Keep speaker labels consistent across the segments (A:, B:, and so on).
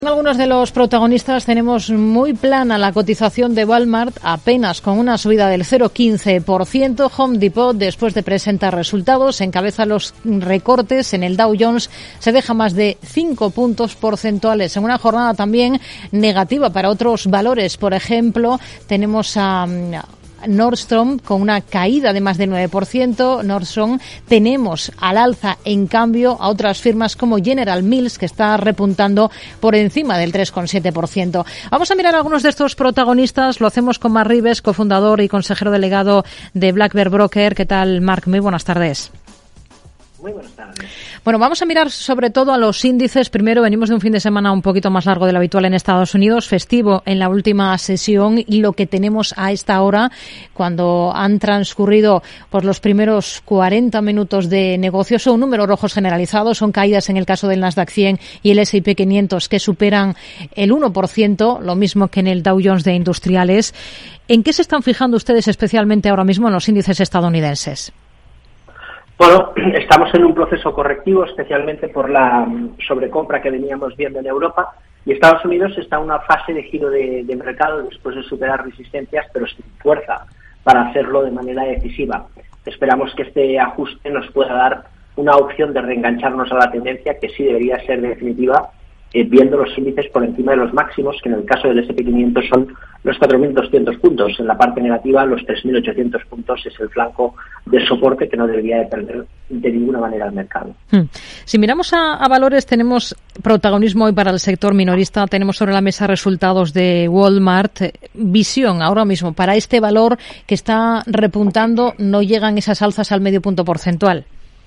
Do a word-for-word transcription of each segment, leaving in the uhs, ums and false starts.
A: Algunos de los protagonistas tenemos muy plana la cotización de Walmart, apenas con una subida del cero coma quince por ciento. Home Depot, después de presentar resultados, encabeza los recortes. En el Dow Jones se deja más de cinco puntos porcentuales en una jornada también negativa para otros valores. Por ejemplo, tenemos a Nordstrom con una caída de más del nueve por ciento. Nordstrom tenemos al alza, en cambio, a otras firmas como General Mills, que está repuntando por encima del tres coma siete por ciento. Vamos a mirar algunos de estos protagonistas. Lo hacemos con Marc Ribes, cofundador y consejero delegado de Black Bear Broker. ¿Qué tal, Marc? Muy buenas tardes.
B: Muy buenas tardes.
A: Bueno, vamos a mirar sobre todo a los índices. Primero, venimos de un fin de semana un poquito más largo de lo habitual en Estados Unidos, festivo en la última sesión, y lo que tenemos a esta hora, cuando han transcurrido pues los primeros cuarenta minutos de negocio, son números rojos generalizados, son caídas en el caso del Nasdaq cien y el ese y pe quinientos que superan el uno por ciento, lo mismo que en el Dow Jones de industriales. ¿En qué se están fijando ustedes especialmente ahora mismo en los índices estadounidenses?
B: Bueno, estamos en un proceso correctivo, especialmente por la sobrecompra que veníamos viendo en Europa, y Estados Unidos está en una fase de giro de, de mercado después de superar resistencias, pero sin fuerza para hacerlo de manera decisiva. Esperamos que este ajuste nos pueda dar una opción de reengancharnos a la tendencia, que sí debería ser definitiva, eh, viendo los índices por encima de los máximos, que en el caso del ese y pe quinientos son los cuatro mil doscientos puntos. En la parte negativa, los tres mil ochocientos puntos es el flanco de soporte que no debería de perder de ninguna manera el mercado.
A: Hmm. Si miramos a, a valores, tenemos protagonismo hoy para el sector minorista. Tenemos sobre la mesa resultados de Walmart. Visión ahora mismo para este valor que está repuntando, no llegan esas alzas al medio punto porcentual.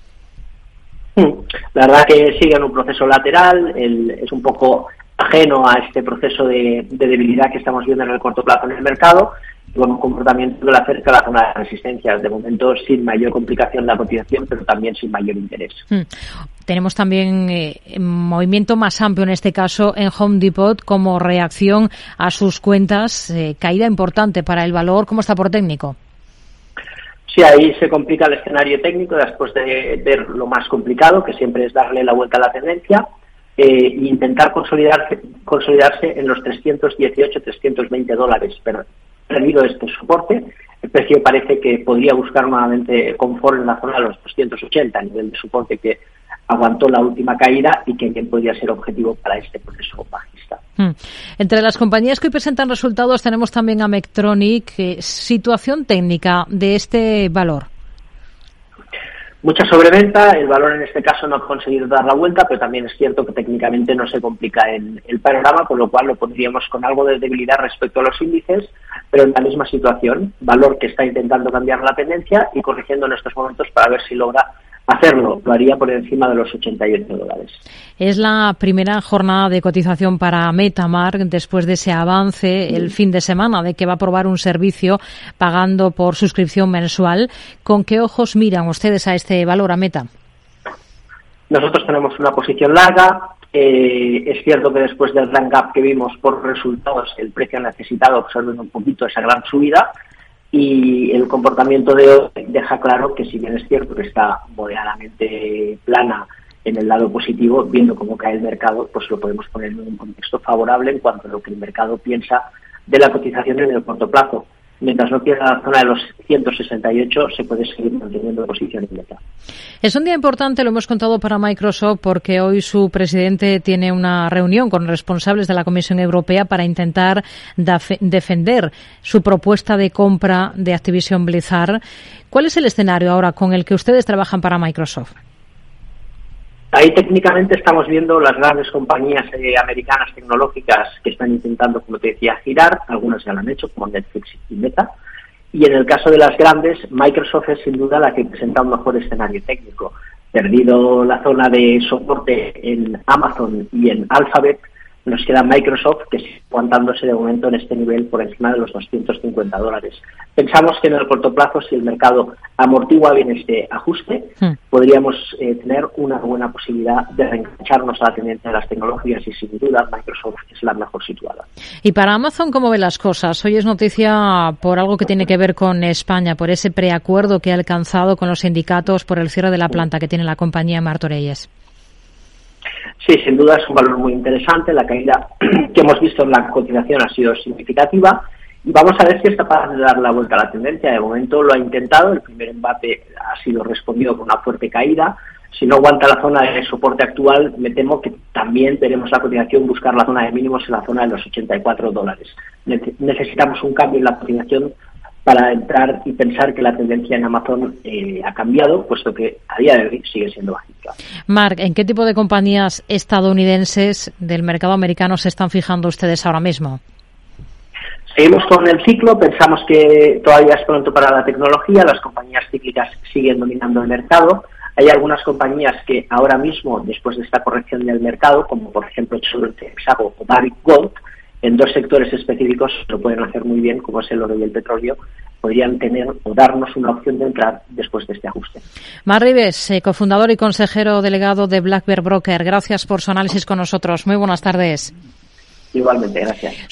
B: La verdad que sigue en un proceso lateral, el, es un poco ajeno a este proceso de, de debilidad que estamos viendo en el corto plazo en el mercado, con un comportamiento que le acerca a la zona de resistencias. De momento sin mayor complicación la cotización, pero también sin mayor interés. Hmm.
A: Tenemos también eh, movimiento más amplio en este caso en Home Depot como reacción a sus cuentas, eh, caída importante para el valor. ¿Cómo está por técnico?
B: Sí, ahí se complica el escenario técnico después de ver lo más complicado, que siempre es darle la vuelta a la tendencia eh, e intentar consolidarse, consolidarse en los trescientos dieciocho, trescientos veinte dólares. Pero perdido este soporte, el precio parece que podría buscar nuevamente confort en la zona de los doscientos ochenta, a nivel de soporte que aguantó la última caída y que bien podría ser objetivo para este proceso bajista.
A: Hmm. Entre las compañías que hoy presentan resultados tenemos también a Medtronic. Eh, situación técnica de este valor.
B: Mucha sobreventa, el valor en este caso no ha conseguido dar la vuelta, pero también es cierto que técnicamente no se complica el, el panorama, con lo cual lo pondríamos con algo de debilidad respecto a los índices, pero en la misma situación, valor que está intentando cambiar la tendencia y corrigiendo en estos momentos para ver si logra hacerlo. Lo haría por encima de los ochenta y ocho dólares.
A: Es la primera jornada de cotización para MetaMark después de ese avance el fin de semana de que va a probar un servicio pagando por suscripción mensual. ¿Con qué ojos miran ustedes a este valor, a Meta?
B: Nosotros tenemos una posición larga. Eh, es cierto que después del rank up que vimos por resultados, el precio ha necesitado absorber un poquito esa gran subida. Y el comportamiento de hoy deja claro que, si bien es cierto que está moderadamente plana en el lado positivo, viendo cómo cae el mercado, pues lo podemos poner en un contexto favorable en cuanto a lo que el mercado piensa de la cotización en el corto plazo. Mientras no pierda la zona de los ciento sesenta y ocho, se puede seguir manteniendo posición en Meta.
A: Es un día importante, lo hemos contado para Microsoft, porque hoy su presidente tiene una reunión con responsables de la Comisión Europea para intentar daf- defender su propuesta de compra de Activision Blizzard. ¿Cuál es el escenario ahora con el que ustedes trabajan para Microsoft?
B: Ahí técnicamente estamos viendo las grandes compañías eh, americanas tecnológicas que están intentando, como te decía, girar. Algunas ya lo han hecho, como Netflix y Meta. Y en el caso de las grandes, Microsoft es sin duda la que presenta un mejor escenario técnico. Perdido la zona de soporte en Amazon y en Alphabet, nos queda Microsoft, que sigue aguantándose de momento en este nivel por encima de los doscientos cincuenta dólares. Pensamos que en el corto plazo, si el mercado amortigua bien este ajuste, hmm. podríamos eh, tener una buena posibilidad de reengancharnos a la tendencia de las tecnologías, y sin duda Microsoft es la mejor situada.
A: Y para Amazon, ¿cómo ve las cosas? Hoy es noticia por algo que tiene que ver con España, por ese preacuerdo que ha alcanzado con los sindicatos por el cierre de la planta que tiene la compañía en Martorelles.
B: Sí, sin duda es un valor muy interesante. La caída que hemos visto en la cotización ha sido significativa y vamos a ver si es capaz de dar la vuelta a la tendencia. De momento lo ha intentado, el primer embate ha sido respondido con una fuerte caída. Si no aguanta la zona de soporte actual, me temo que también veremos la cotización buscar la zona de mínimos en la zona de los ochenta y cuatro dólares. Necesitamos un cambio en la cotización para entrar y pensar que la tendencia en Amazon eh, ha cambiado, puesto que a día de hoy sigue siendo bajista.
A: Marc, ¿en qué tipo de compañías estadounidenses del mercado americano se están fijando ustedes ahora mismo?
B: Seguimos con el ciclo, pensamos que todavía es pronto para la tecnología, las compañías cíclicas siguen dominando el mercado. Hay algunas compañías que ahora mismo, después de esta corrección del mercado, como por ejemplo Chevron, Texaco o Barrick Gold, en dos sectores específicos lo pueden hacer muy bien, como es el oro y el petróleo, podrían tener o darnos una opción de entrar después de este ajuste.
A: Marc Ribes, eh, cofundador y consejero delegado de Black Bear Broker, gracias por su análisis con nosotros. Muy buenas tardes.
B: Igualmente, gracias.